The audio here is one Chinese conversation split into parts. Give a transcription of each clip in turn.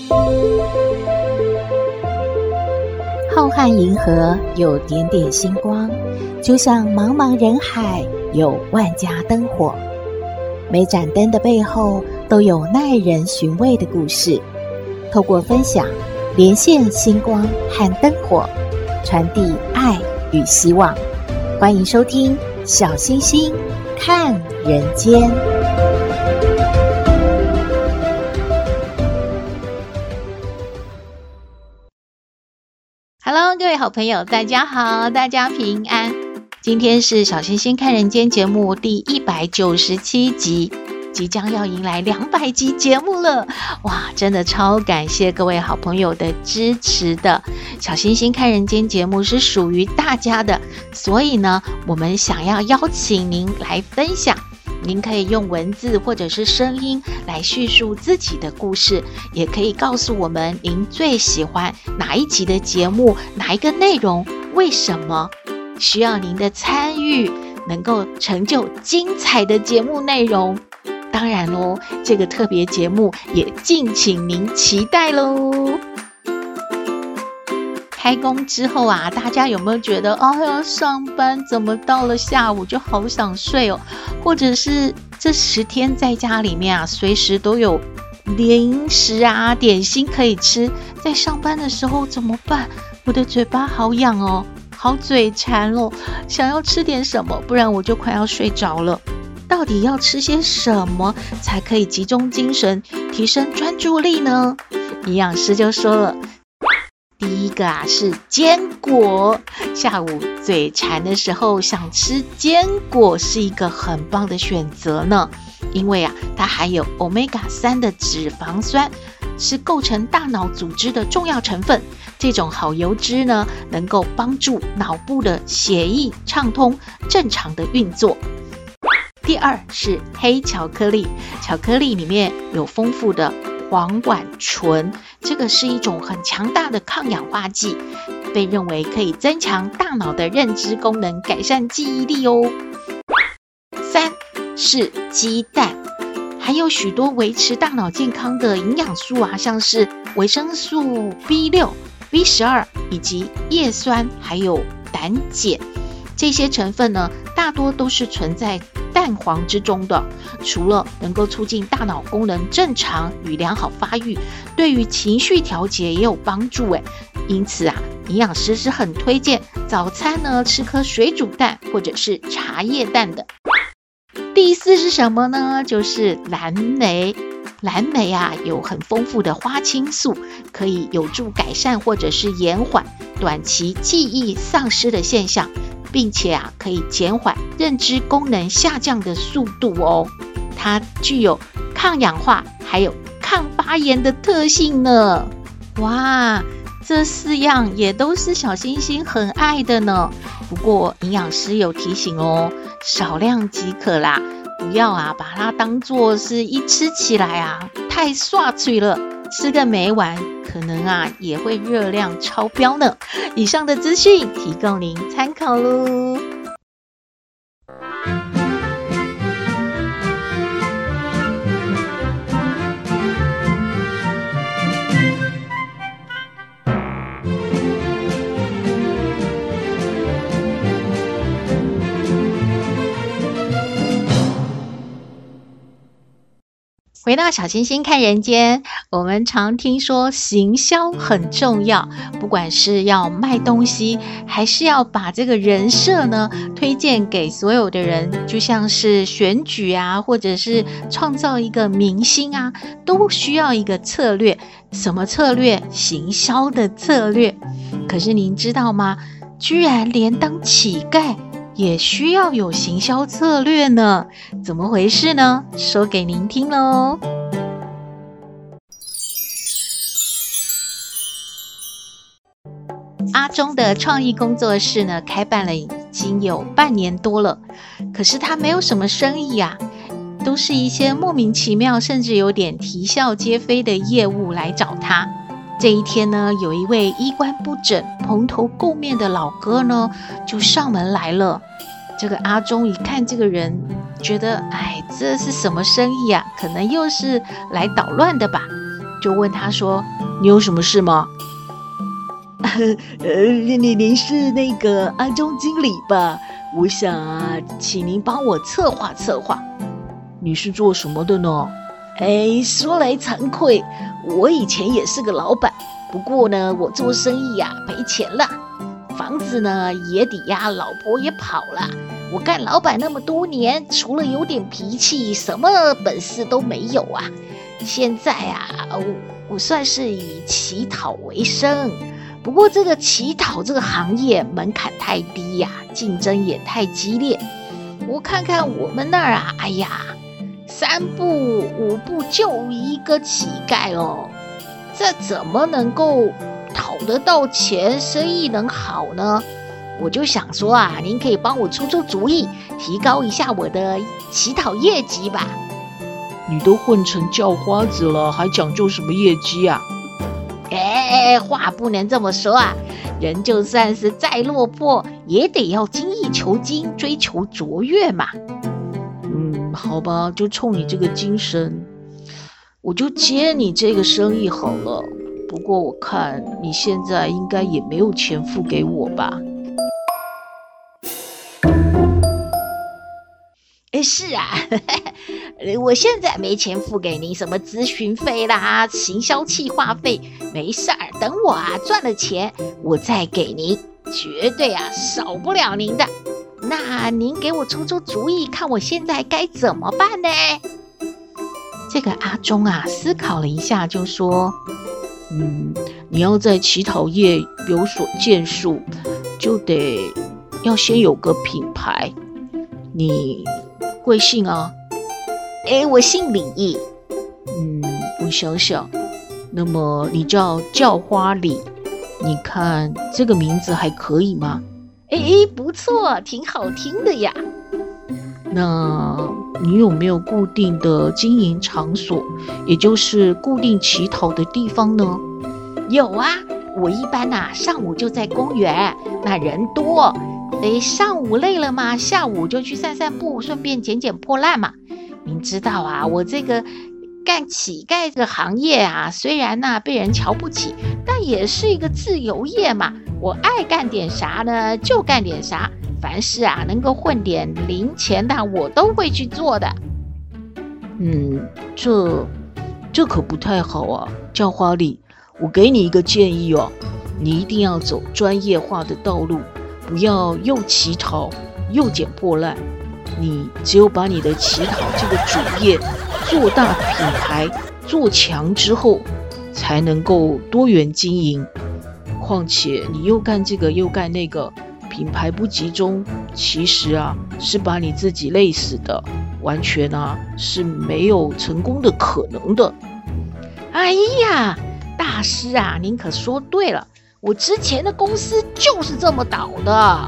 浩瀚银河有点点星光，就像茫茫人海有万家灯火。每盏灯的背后都有耐人寻味的故事。透过分享，连线星光和灯火，传递爱与希望。欢迎收听小星星看人间。Hello， 各位好朋友，大家好，大家平安。今天是小星星看人间节目第197集，即将要迎来200集节目了。哇，真的超感谢各位好朋友的支持的。小星星看人间节目是属于大家的，所以呢，我们想要邀请您来分享。您可以用文字或者是声音来叙述自己的故事，也可以告诉我们您最喜欢哪一集的节目，哪一个内容，为什么。需要您的参与，能够成就精彩的节目内容。当然咯，这个特别节目也敬请您期待咯。开工之后啊，大家有没有觉得要上班，怎么到了下午就好想睡哦？或者是这10天在家里面啊，随时都有零食啊、点心可以吃，在上班的时候怎么办？我的嘴巴好痒哦，好嘴馋哦，想要吃点什么，不然我就快要睡着了。到底要吃些什么才可以集中精神，提升专注力呢？营养师就说了，第一个啊是坚果，下午嘴馋的时候想吃坚果是一个很棒的选择呢，因为啊它含有 Omega-3 的脂肪酸，是构成大脑组织的重要成分。这种好油脂呢，能够帮助脑部的血液畅通，正常的运作。第二是黑巧克力，巧克力里面有丰富的黄烷醇，这个是一种很强大的抗氧化剂，被认为可以增强大脑的认知功能，改善记忆力哦。3是鸡蛋，含有许多维持大脑健康的营养素啊，像是维生素 B6、B12 以及叶酸，还有胆碱。这些成分呢，大多都是存在蛋黄之中的，除了能够促进大脑功能正常与良好发育，对于情绪调节也有帮助。因此啊，营养师是很推荐早餐呢吃颗水煮蛋或者是茶叶蛋的。第4是什么呢？就是蓝莓。蓝莓啊，有很丰富的花青素，可以有助改善或者是延缓短期记忆丧失的现象，并且啊，可以减缓认知功能下降的速度哦。它具有抗氧化还有抗发炎的特性呢。哇，这4样也都是小星星很爱的呢。不过营养师有提醒哦，少量即可啦，不要啊把它当作是一吃起来啊太刷嘴了，吃个没完，可能啊也会热量超标呢。以上的资讯提供您参考咯。回到小星星看人间，我们常听说行销很重要，不管是要卖东西，还是要把这个人设呢推荐给所有的人，就像是选举啊，或者是创造一个明星啊，都需要一个策略。什么策略？行销的策略。可是您知道吗？居然连当乞丐也需要有行销策略呢，怎么回事呢？说给您听咯。阿中的创意工作室呢，开办了已经有半年多了，可是他没有什么生意啊，都是一些莫名其妙甚至有点啼笑皆非的业务来找他。这一天呢，有一位衣冠不整、蓬头垢面的老哥呢，就上门来了。这个阿中一看这个人，觉得这是什么生意啊？可能又是来捣乱的吧。 就问他说：“你有什么事吗？”您是那个阿中经理吧？我想啊，请您帮我策划策划。你是做什么的呢？说来惭愧，我以前也是个老板，不过呢，我做生意呀赔钱了，房子呢也抵押，老婆也跑了。我干老板那么多年，除了有点脾气，什么本事都没有啊。现在啊，我算是以乞讨为生。不过这个乞讨这个行业门槛太低呀，竞争也太激烈。我看看我们那儿啊，哎呀，3步5步就一个乞丐哦，这怎么能够讨得到钱，生意能好呢？我就想说啊，您可以帮我出出主意，提高一下我的乞讨业绩吧。你都混成叫花子了，还讲究什么业绩啊？话不能这么说啊，人就算是再落魄，也得要精益求精，追求卓越嘛。好吧，就冲你这个精神，我就接你这个生意好了。不过我看你现在应该也没有钱付给我吧？是啊，我现在没钱付给您什么咨询费啦、行销企划费，没事儿，等我啊赚了钱，我再给您，绝对啊少不了您的。那您给我出出主意，看我现在该怎么办呢？这个阿忠啊思考了一下，就说：你要在乞讨业有所建树，就得要先有个品牌。你贵姓啊？我姓李。我想想，那么你叫花李，你看这个名字还可以吗？不错，挺好听的呀。那你有没有固定的经营场所，也就是固定乞讨的地方呢？有啊，我一般上午就在公园，那人多。上午累了嘛，下午就去散散步，顺便捡捡破烂嘛。您知道啊，我这个干乞丐这个行业啊，虽然被人瞧不起，但也是一个自由业嘛。我爱干点啥呢，就干点啥。凡事能够混点零钱的，我都会去做的。这可不太好啊，叫花李，我给你一个建议哦，你一定要走专业化的道路。不要又乞讨又捡破烂，你只有把你的乞讨这个主业做大品牌做强之后，才能够多元经营。况且你又干这个又干那个，品牌不集中，其实是把你自己累死的，完全是没有成功的可能的。哎呀，大师您可说对了，我之前的公司就是这么倒的。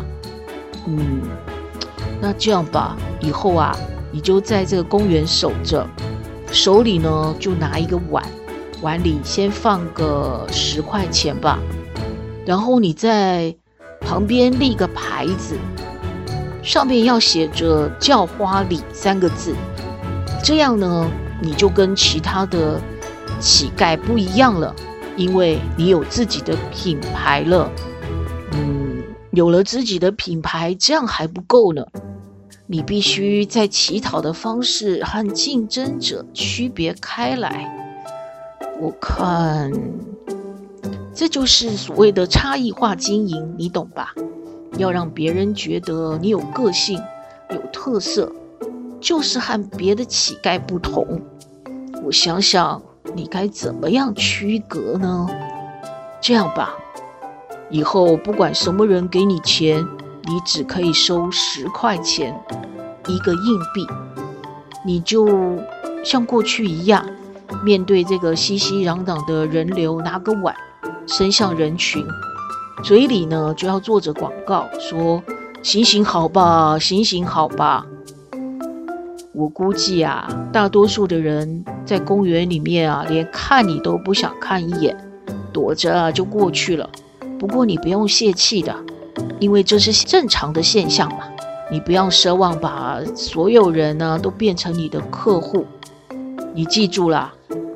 那这样吧，以后你就在这个公园守着，手里呢就拿一个碗，碗里先放个10块钱吧，然后你在旁边立个牌子，上面要写着叫花李3个字，这样呢你就跟其他的乞丐不一样了，因为你有自己的品牌了。有了自己的品牌，这样还不够呢，你必须在乞讨的方式和竞争者区别开来。我看这就是所谓的差异化经营，你懂吧？要让别人觉得你有个性有特色，就是和别的乞丐不同。我想想你该怎么样区隔呢？这样吧，以后不管什么人给你钱，你只可以收10块钱一个硬币。你就像过去一样，面对这个熙熙攘攘的人流，拿个碗伸向人群，嘴里呢就要做着广告，说行行好吧，行行好吧。我估计大多数的人在公园里面连看你都不想看一眼，躲着就过去了。不过你不用泄气的，因为这是正常的现象嘛。你不要奢望把所有人都变成你的客户。你记住啦，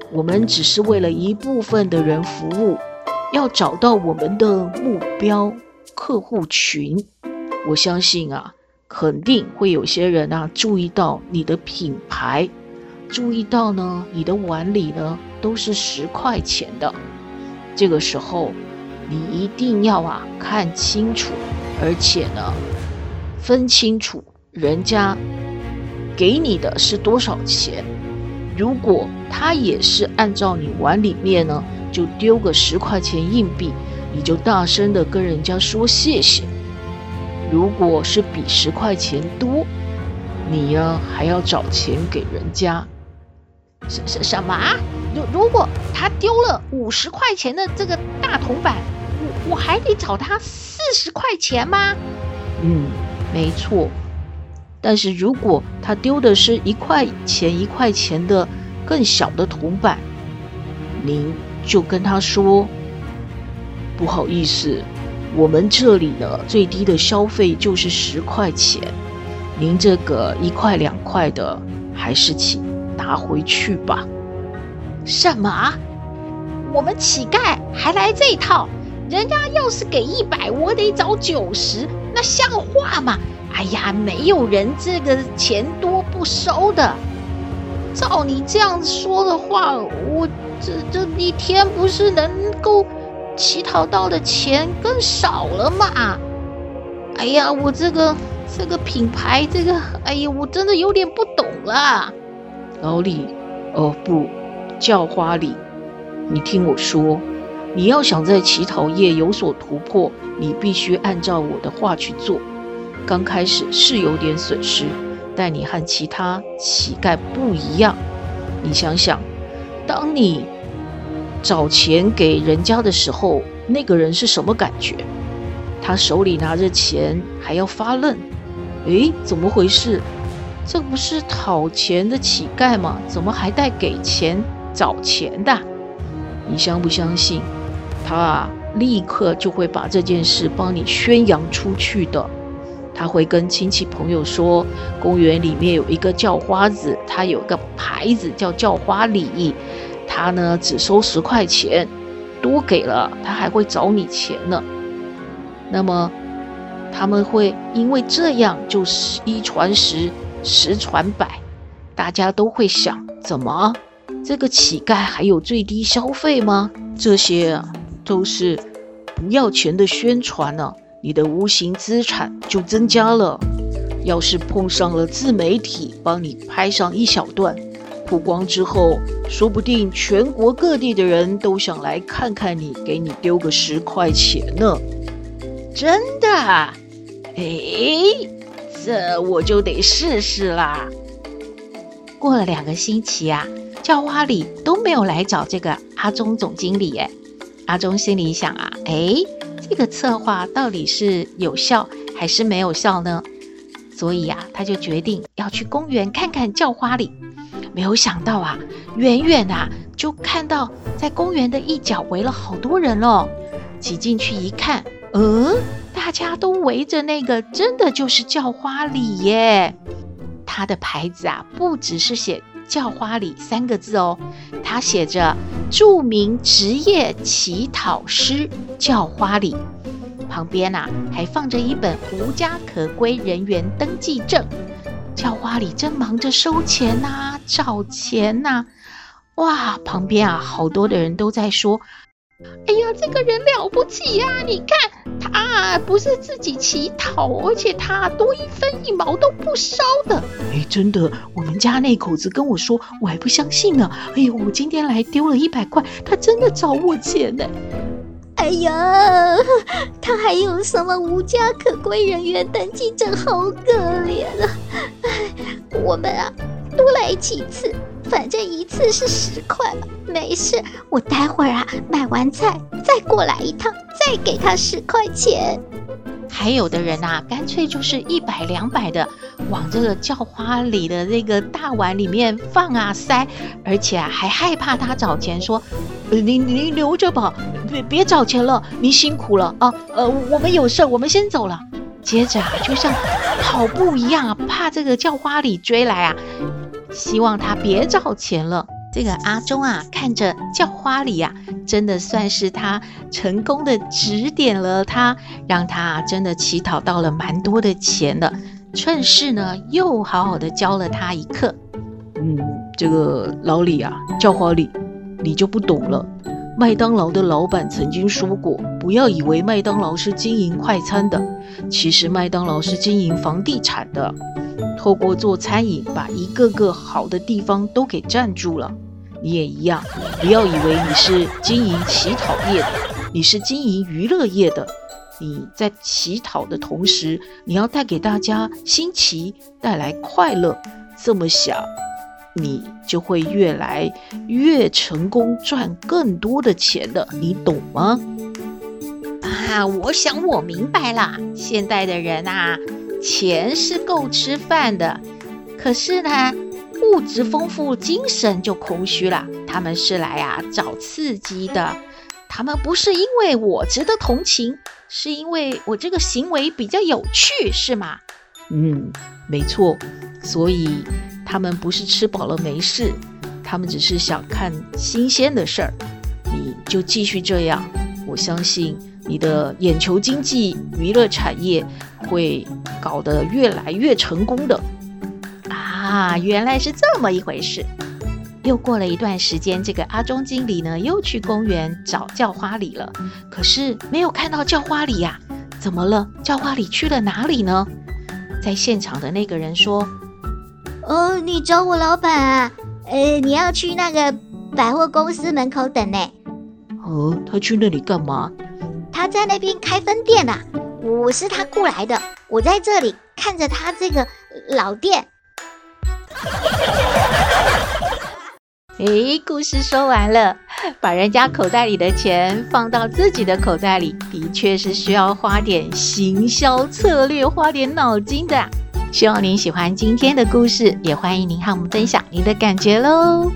我们只是为了一部分的人服务，要找到我们的目标客户群。我相信啊，肯定会有些人啊注意到你的品牌，注意到呢你的碗里呢都是10块钱的。这个时候你一定要啊看清楚，而且呢分清楚人家给你的是多少钱。如果他也是按照你碗里面呢就丢个10块钱硬币，你就大声的跟人家说谢谢。如果是比10块钱多，你呢还要找钱给人家。 什么啊？如果他丢了50块钱的这个大铜板，我还得找他40块钱吗？ 没错。但是如果他丢的是1块钱1块钱的更小的铜板，您就跟他说，不好意思，我们这里呢最低的消费就是10块钱，您这个1块2块的还是请拿回去吧。 什么？我们乞丐还来这一套？人家要是给100，我得找90，那像话吗？哎呀，没有人这个钱多不收的。照你这样说的话，我这一天不是能够乞讨到的钱更少了吗？哎呀，我这个品牌，哎呀，我真的有点不懂了。 老李，不，叫花李，你听我说，你要想在乞讨业有所突破，你必须按照我的话去做。刚开始是有点损失，但你和其他乞丐不一样。你想想，当你找钱给人家的时候，那个人是什么感觉？他手里拿着钱还要发愣，怎么回事？这不是讨钱的乞丐吗？怎么还带给钱找钱的？你相不相信？他立刻就会把这件事帮你宣扬出去的。他会跟亲戚朋友说，公园里面有一个叫花子，他有个牌子叫花李，他呢只收10块钱，多给了他还会找你钱呢。那么他们会因为这样就1传10 10传100，大家都会想，怎么这个乞丐还有最低消费吗？这些都是不要钱的宣传呢，你的无形资产就增加了。要是碰上了自媒体帮你拍上一小段，曝光之后，说不定全国各地的人都想来看看你，给你丢个10块钱呢。 真的？这我就得试试啦。过了2个星期啊，叫花李都没有来找这个阿忠总经理耶。阿忠心里想啊，这个策划到底是有效还是没有效呢？所以啊，他就决定要去公园看看叫花李。没有想到啊，远远啊就看到在公园的一角围了好多人了。挤进去一看，大家都围着那个，真的就是叫花李耶。他的牌子啊，不只是写叫花李3个字哦，他写着著名职业乞讨师叫花李，旁边啊还放着一本无家可归人员登记证。叫花李正忙着收钱啊，找钱啊。哇，旁边啊好多的人都在说，哎呀，这个人了不起呀！你看他不是自己乞讨，而且他多1分1毛都不收的。 真的，我们家那口子跟我说，我还不相信呢。我今天来丢了100块，他真的找我钱呢。 哎呀，他还有什么无家可归人员登记证，好可怜啊！我们啊多来几次，反正一次是10块嘛，没事，我待会儿啊买完菜再过来一趟，再给他10块钱。 还有的人啊，干脆就是100、200的往这个叫花李的那个大碗里面放啊塞，而且啊还害怕他找钱，说你留着吧，别找钱了，你辛苦了啊，我们有事，我们先走了。接着啊，就像跑步一样啊，怕这个叫花李追来啊，希望他别找钱了。 这个阿忠啊，看着叫花里啊，真的算是他成功的指点了他，让他真的乞讨到了蛮多的钱的，顺势呢又好好的教了他一课。 这个老李啊，叫花李，你就不懂了。麦当劳的老板曾经说过，不要以为麦当劳是经营快餐的，其实麦当劳是经营房地产的。透过做餐饮，把一个个好的地方都给占住了。你也一样，不要以为你是经营乞讨业的，你是经营娱乐业的。你在乞讨的同时，你要带给大家新奇，带来快乐。这么想，你就会越来越成功，赚更多的钱的，你懂吗？ 我想我明白了，现代的人啊，钱是够吃饭的，可是呢，物质丰富，精神就空虚了。他们是来找刺激的，他们不是因为我值得同情，是因为我这个行为比较有趣，是吗？ 没错，所以他们不是吃饱了没事，他们只是想看新鲜的事儿。你就继续这样，我相信你的眼球经济、娱乐产业会搞得越来越成功的。 原来是这么一回事。又过了一段时间，这个阿忠经理呢又去公园找叫花李了，可是没有看到叫花李呀，怎么了？叫花李去了哪里呢？在现场的那个人说： 你找我老板啊？你要去那个百货公司门口等呢。 他去那里干嘛？ 他在那边开分店啊，我是他雇来的，我在这里看着他这个老店。 故事说完了，把人家口袋里的钱放到自己的口袋里，的确是需要花点行销策略，花点脑筋的。希望您喜欢今天的故事，也欢迎您和我们分享您的感觉咯。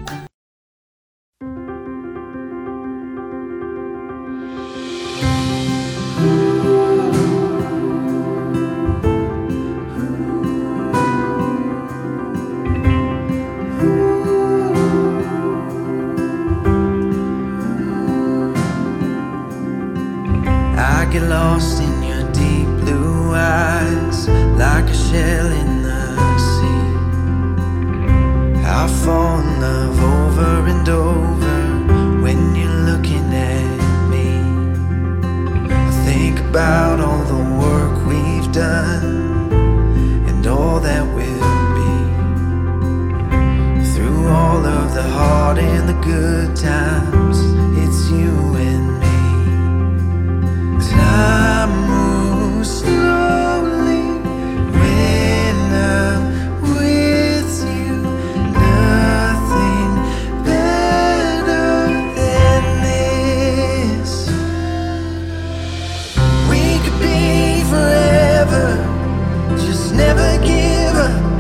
Get lost in your deep blue eyes, like a shell in the sea. I fall in love over and over when you're looking at me. I think about all the work we've done and all that we'll be. Through all of the hard and the good times, it's you and me. Time moves slowly when I'm with you. Nothing better than this. We could be forever. Just never give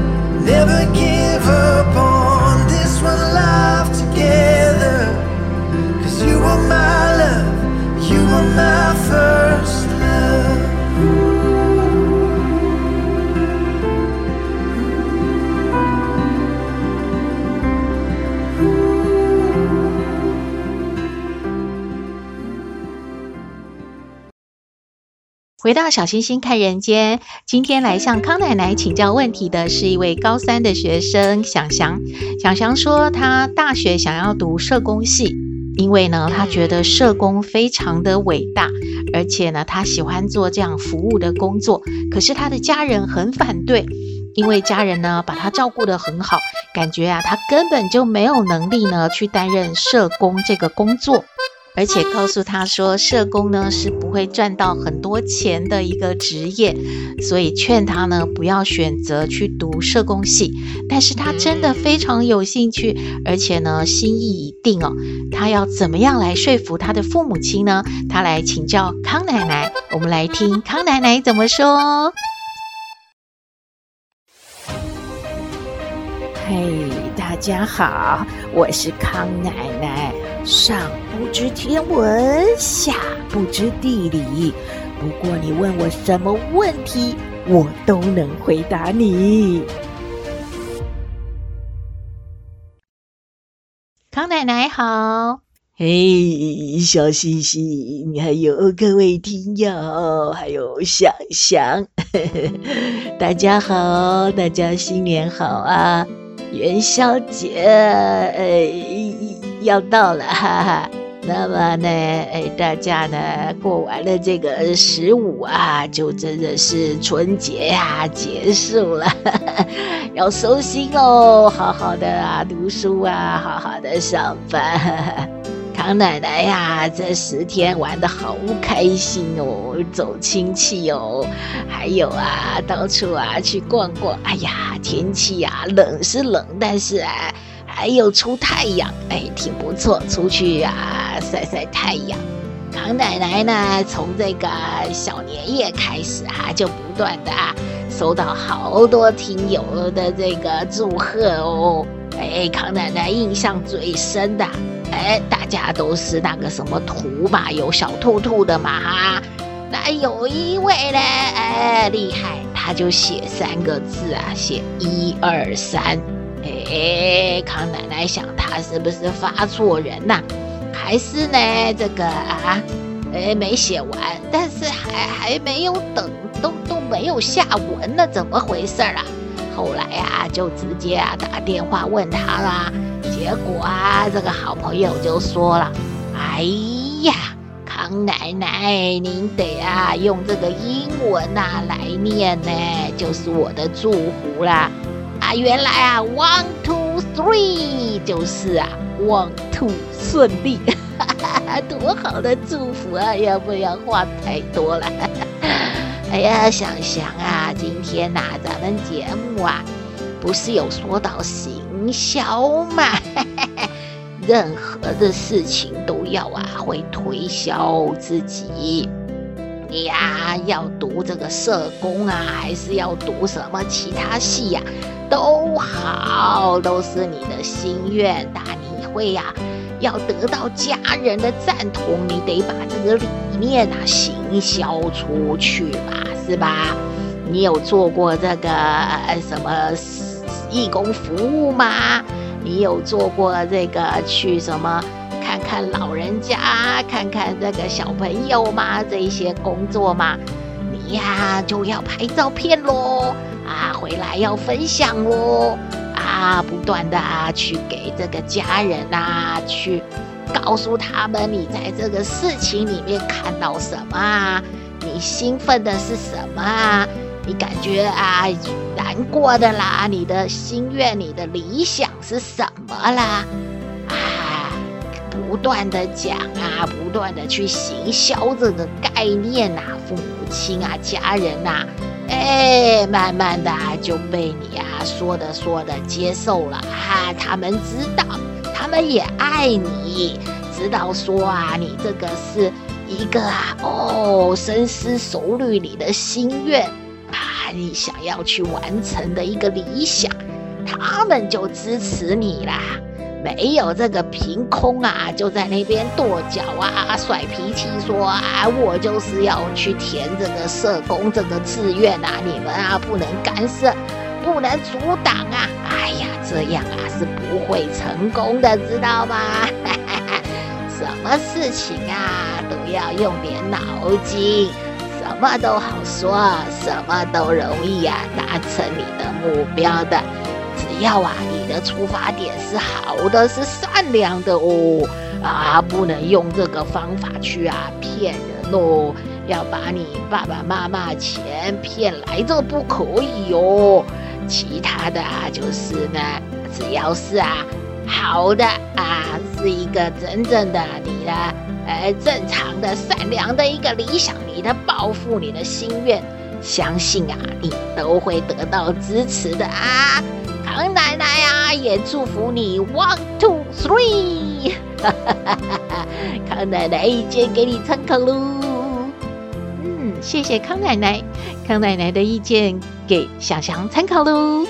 up on this one life together. 'Cause you are my love, you are my first love. 回到小星星看人间，今天来向康奶奶请教问题的是一位高3的学生想翔。想翔说他大学想要读社工系，因为呢他觉得社工非常的伟大，而且呢他喜欢做这样服务的工作，可是他的家人很反对，因为家人呢把他照顾得很好，感觉他根本就没有能力呢去担任社工这个工作，而且告诉他说社工呢是不会赚到很多钱的一个职业，所以劝他呢不要选择去读社工系。但是他真的非常有兴趣，而且呢心意已定哦。他要怎么样来说服他的父母亲呢？他来请教康奶奶，我们来听康奶奶怎么说。 嘿，大家好，我是康奶奶。上不知天文，下不知地理，不过你问我什么问题，我都能回答你。 奶奶好。 嘿，小星星，还有各位听友，还有想想，大家好，大家新年好啊！元宵节要到了，哈哈。那么呢，大家呢过完了这个15啊，就真的是春节啊结束了，要收心哦，好好的啊读书啊，好好的上班。康奶奶呀，这10天玩得好开心哦，走亲戚哦，还有啊，到处啊去逛逛。哎呀，天气啊冷是冷，但是啊还有出太阳，挺不错，出去啊晒晒太阳。康奶奶呢，从这个小年夜开始啊，就不断的收到好多听友的这个祝贺哦。康奶奶印象最深的，大家都是那个什么图嘛，有小兔兔的嘛哈。那有一位呢，厉害，他就写3个字啊，写1、2、3。康奶奶想他是不是发错人呐？还是呢这个没写完，但是还没有等，都没有下文呢，怎么回事啊？后来就直接打电话问他啦，结果这个好朋友就说了，哎呀，康奶奶您得用这个英文来念呢，就是我的祝福啦。原来1、2、3就是1、2顺利，多好的祝福啊！要不要话太多了？哎呀，想想今天咱们节目不是有说到行销嘛？任何的事情都要会推销自己。你要读这个社工还是要读什么其他系都好，都是你的心愿你会要得到家人的赞同，你得把这个理念行销出去嘛，是吧？你有做过这个什么义工服务吗？你有做过这个去什么看看老人家，看看这个小朋友吗？这一些工作吗？你就要拍照片咯，回来要分享咯，不断的去给这个家人去告诉他们你在这个事情里面看到什么你兴奋的是什么你感觉难过的啦，你的心愿，你的理想是什么啦？不断的讲不断的去行销这个概念父母亲家人慢慢的就被你说的接受了他们知道，他们也爱你，知道说你这个是一个深思熟虑你的心愿你想要去完成的一个理想，他们就支持你啦。没有这个凭空就在那边跺脚甩脾气说我就是要去填这个社工这个志愿你们不能干涉，不能阻挡哎呀，这样是不会成功的，知道吗？什么事情都要用点脑筋，什么都好说，什么都容易达成你的目标的。只要你的出发点是好的，是善良的不能用这个方法去骗人要把你爸爸妈妈钱骗来，这不可以其他的就是呢，只要是好的是一个真正的你的正常的善良的一个理想，你的抱负，你的心愿，相信你都会得到支持的康奶奶也祝福你1、2、3，康奶奶意见给你参考喽。 谢谢康奶奶，康奶奶的意见给小翔参考喽。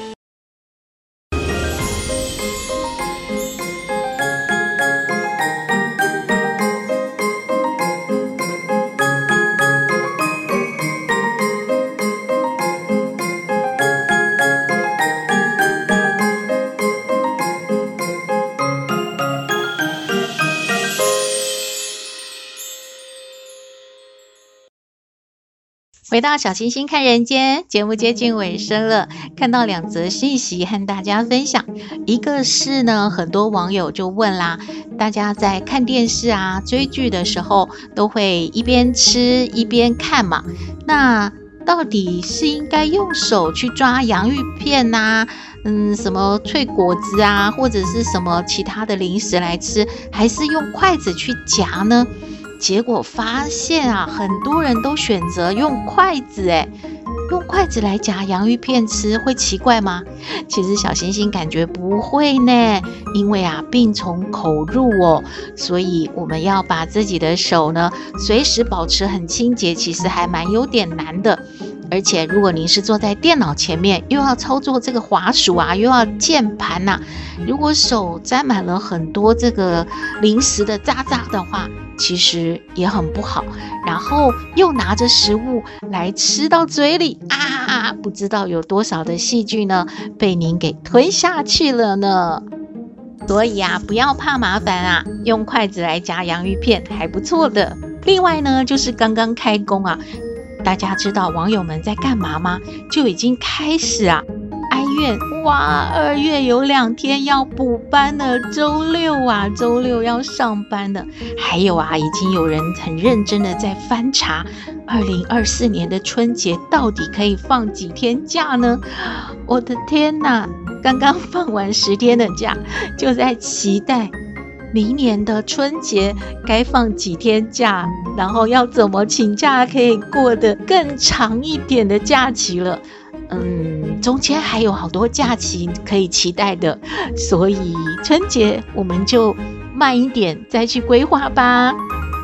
回到小星星看人间，节目接近尾声了，看到2则讯息和大家分享。一个是呢，很多网友就问啦，大家在看电视啊、追剧的时候，都会一边吃一边看嘛。那到底是应该用手去抓洋芋片啊，什么脆果子啊，或者是什么其他的零食来吃，还是用筷子去夹呢？结果发现啊，很多人都选择用筷子，用筷子来夹洋芋片吃，会奇怪吗？其实小星星感觉不会呢，因为啊，病从口入哦，所以我们要把自己的手呢，随时保持很清洁，其实还蛮有点难的。而且如果您是坐在电脑前面，又要操作这个滑鼠啊，又要键盘啊，如果手沾满了很多这个零食的渣渣的话，其实也很不好。然后又拿着食物来吃到嘴里啊，不知道有多少的细菌呢被您给吞下去了呢。所以啊，不要怕麻烦啊，用筷子来夹洋芋片还不错的。另外呢，就是刚刚开工啊，大家知道网友们在干嘛吗？就已经开始啊哀怨，哇，2月有2天要补班了，周六要上班了。还有啊，已经有人很认真的在翻查2024年的春节到底可以放几天假呢？我的天哪，刚刚放完10天的假，就在期待明年的春节该放几天假，然后要怎么请假可以过得更长一点的假期了。中间还有好多假期可以期待的，所以春节我们就慢一点再去规划吧。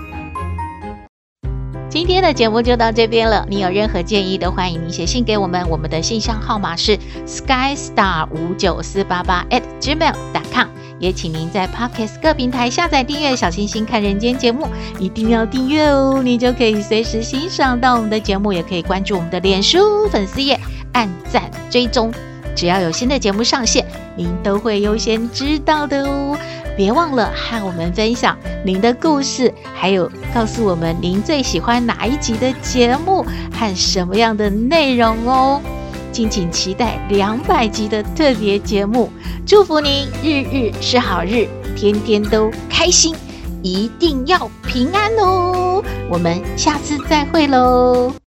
今天的节目就到这边了，你有任何建议都欢迎你写信给我们，我们的信箱号码是 skystar59488@gmail.com， 也请您在 Podcast 各平台下载订阅小星星看人间节目，一定要订阅哦，你就可以随时欣赏到我们的节目，也可以关注我们的脸书粉丝页，按赞追踪，只要有新的节目上线，您都会优先知道的哦。别忘了和我们分享您的故事，还有告诉我们您最喜欢哪一集的节目和什么样的内容哦。敬请期待200集的特别节目，祝福您日日是好日，天天都开心，一定要平安哦。我们下次再会喽。